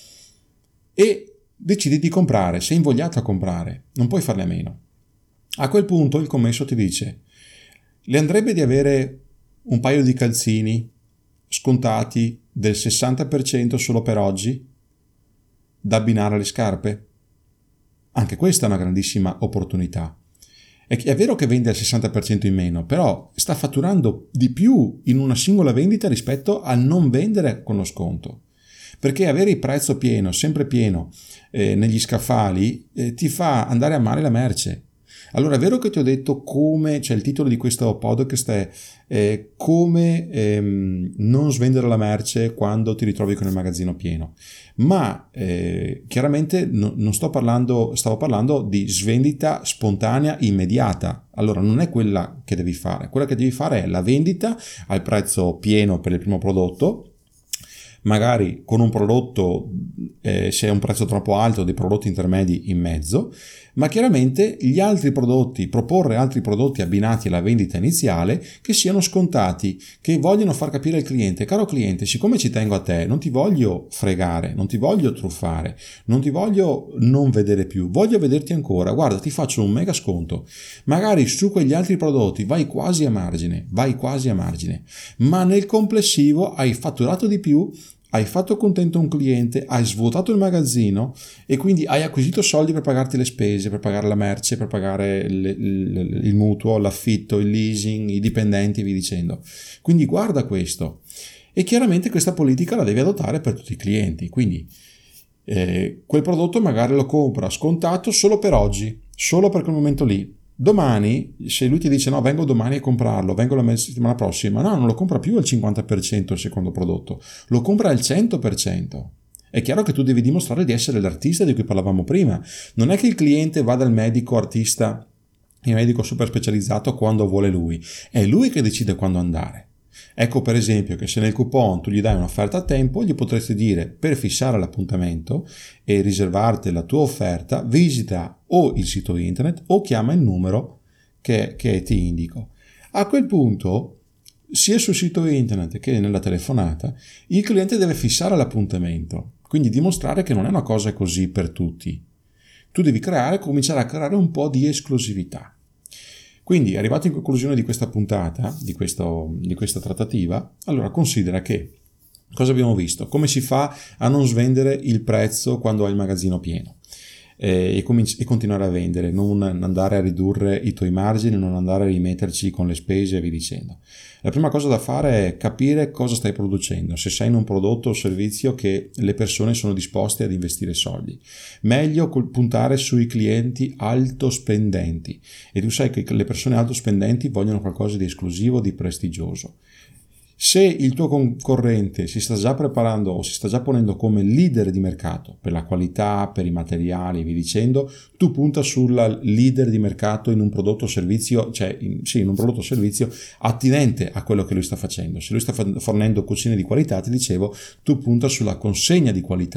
e decidi di comprare, sei invogliato a comprare, non puoi farne a meno. A quel punto il commesso ti dice, le andrebbe di avere un paio di calzini scontati del sessanta per cento solo per oggi da abbinare alle scarpe? Anche questa è una grandissima opportunità. È vero che vende al sessanta per cento in meno, però sta fatturando di più in una singola vendita rispetto a non vendere con lo sconto. Perché avere il prezzo pieno, sempre pieno, eh, negli scaffali eh, ti fa andare a male la merce. Allora è vero che ti ho detto come, cioè il titolo di questo podcast è eh, come ehm, non svendere la merce quando ti ritrovi con il magazzino pieno, ma eh, chiaramente no, non sto parlando, stavo parlando di svendita spontanea immediata. Allora non è quella che devi fare, quella che devi fare è la vendita al prezzo pieno per il primo prodotto, magari con un prodotto, eh, se è un prezzo troppo alto, dei prodotti intermedi in mezzo, ma chiaramente gli altri prodotti, proporre altri prodotti abbinati alla vendita iniziale che siano scontati, che vogliono far capire al cliente, caro cliente, siccome ci tengo a te, non ti voglio fregare, non ti voglio truffare, non ti voglio non vedere più, voglio vederti ancora, guarda, ti faccio un mega sconto, magari su quegli altri prodotti vai quasi a margine, vai quasi a margine, ma nel complessivo hai fatturato di più, hai fatto contento un cliente, hai svuotato il magazzino e quindi hai acquisito soldi per pagarti le spese, per pagare la merce, per pagare il, il, il mutuo, l'affitto, il leasing, i dipendenti e via dicendo. Quindi guarda questo. E chiaramente questa politica la devi adottare per tutti i clienti. Quindi eh, quel prodotto magari lo compra scontato solo per oggi, solo per quel momento lì. Domani, se lui ti dice no, vengo domani a comprarlo, vengo la settimana prossima, no, non lo compra più al cinquanta per cento il secondo prodotto, lo compra al cento per cento. È chiaro che tu devi dimostrare di essere l'artista di cui parlavamo prima. Non è che il cliente va dal medico artista, il medico super specializzato quando vuole lui, è lui che decide quando andare. Ecco per esempio che se nel coupon tu gli dai un'offerta a tempo, gli potresti dire per fissare l'appuntamento e riservarti la tua offerta, visita o il sito internet o chiama il numero che, che ti indico. A quel punto, sia sul sito internet che nella telefonata, il cliente deve fissare l'appuntamento, quindi dimostrare che non è una cosa così per tutti. Tu devi creare, cominciare a creare un po' di esclusività. Quindi, arrivato in conclusione di questa puntata, di, questo, di questa trattativa, allora considera che cosa abbiamo visto? Come si fa a non svendere il prezzo quando hai il magazzino pieno eh, e, cominci- e continuare a vendere, non andare a ridurre i tuoi margini, non andare a rimetterci con le spese e via dicendo. La prima cosa da fare è capire cosa stai producendo, se sei in un prodotto o servizio che le persone sono disposte ad investire soldi. Meglio puntare sui clienti alto spendenti e tu sai che le persone alto spendenti vogliono qualcosa di esclusivo, di prestigioso. Se il tuo concorrente si sta già preparando o si sta già ponendo come leader di mercato per la qualità, per i materiali e via dicendo, tu punta sulla leader di mercato in un prodotto o servizio, cioè in, sì, in un prodotto o servizio attinente a quello che lui sta facendo. Se lui sta fornendo cucine di qualità, ti dicevo, tu punta sulla consegna di qualità.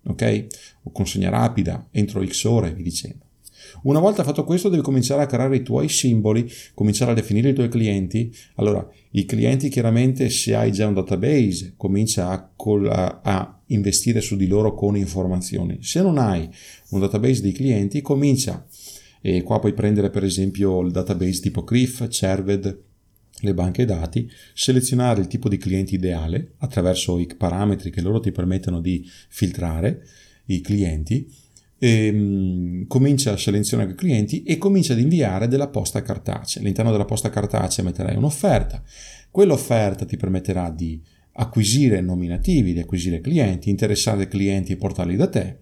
ok? O consegna rapida, entro X ore, vi dicendo. Una volta fatto questo devi cominciare a creare i tuoi simboli, cominciare a definire i tuoi clienti. Allora, i clienti chiaramente, se hai già un database, comincia a, col- a, a investire su di loro con informazioni. Se non hai un database di clienti, comincia, e qua puoi prendere per esempio il database tipo C R I F, Cerved, le banche dati, selezionare il tipo di cliente ideale attraverso i parametri che loro ti permettono di filtrare i clienti. E, um, comincia a selezionare i clienti e comincia ad inviare della posta cartacea. All'interno della posta cartacea metterai un'offerta. Quell'offerta ti permetterà di acquisire nominativi, di acquisire clienti, interessare clienti e portarli da te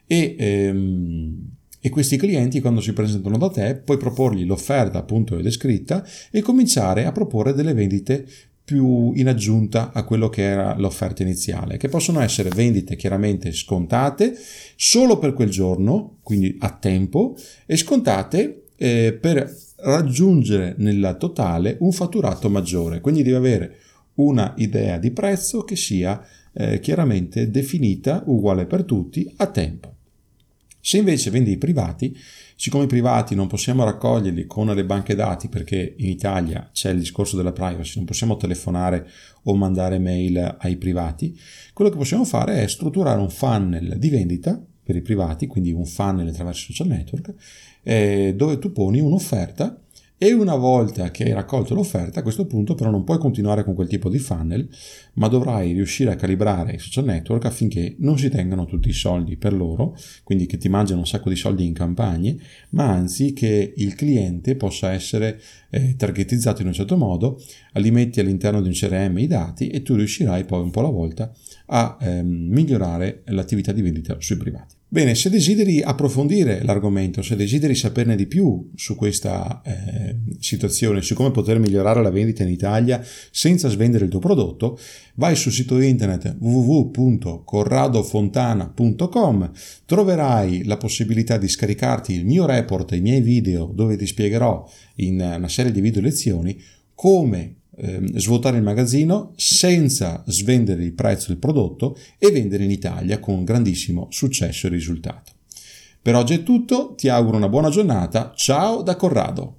e, um, e questi clienti, quando si presentano da te, puoi proporgli l'offerta appunto descritta e cominciare a proporre delle vendite più in aggiunta a quello che era l'offerta iniziale, che possono essere vendite chiaramente scontate solo per quel giorno, quindi a tempo, e scontate eh, per raggiungere nella totale un fatturato maggiore. Quindi devi avere una idea di prezzo che sia eh, chiaramente definita, uguale per tutti, a tempo. Se invece vendi i privati, siccome i privati non possiamo raccoglierli con le banche dati perché in Italia c'è il discorso della privacy, non possiamo telefonare o mandare mail ai privati, quello che possiamo fare è strutturare un funnel di vendita per i privati, quindi un funnel attraverso social network, eh, dove tu poni un'offerta e una volta che hai raccolto l'offerta, a questo punto però non puoi continuare con quel tipo di funnel, ma dovrai riuscire a calibrare i social network affinché non si tengano tutti i soldi per loro, quindi che ti mangiano un sacco di soldi in campagne, ma anzi che il cliente possa essere eh, targetizzato in un certo modo, li metti all'interno di un C R M i dati e tu riuscirai poi un po' alla volta a ehm, migliorare l'attività di vendita sui privati. Bene, se desideri approfondire l'argomento, se desideri saperne di più su questa eh, situazione, su come poter migliorare la vendita in Italia senza svendere il tuo prodotto, vai sul sito internet w w w punto corrado fontana punto com, troverai la possibilità di scaricarti il mio report e i miei video dove ti spiegherò in una serie di video lezioni come svuotare il magazzino senza svendere il prezzo del prodotto e vendere in Italia con grandissimo successo e risultato. Per oggi è tutto, ti auguro una buona giornata, ciao da Corrado!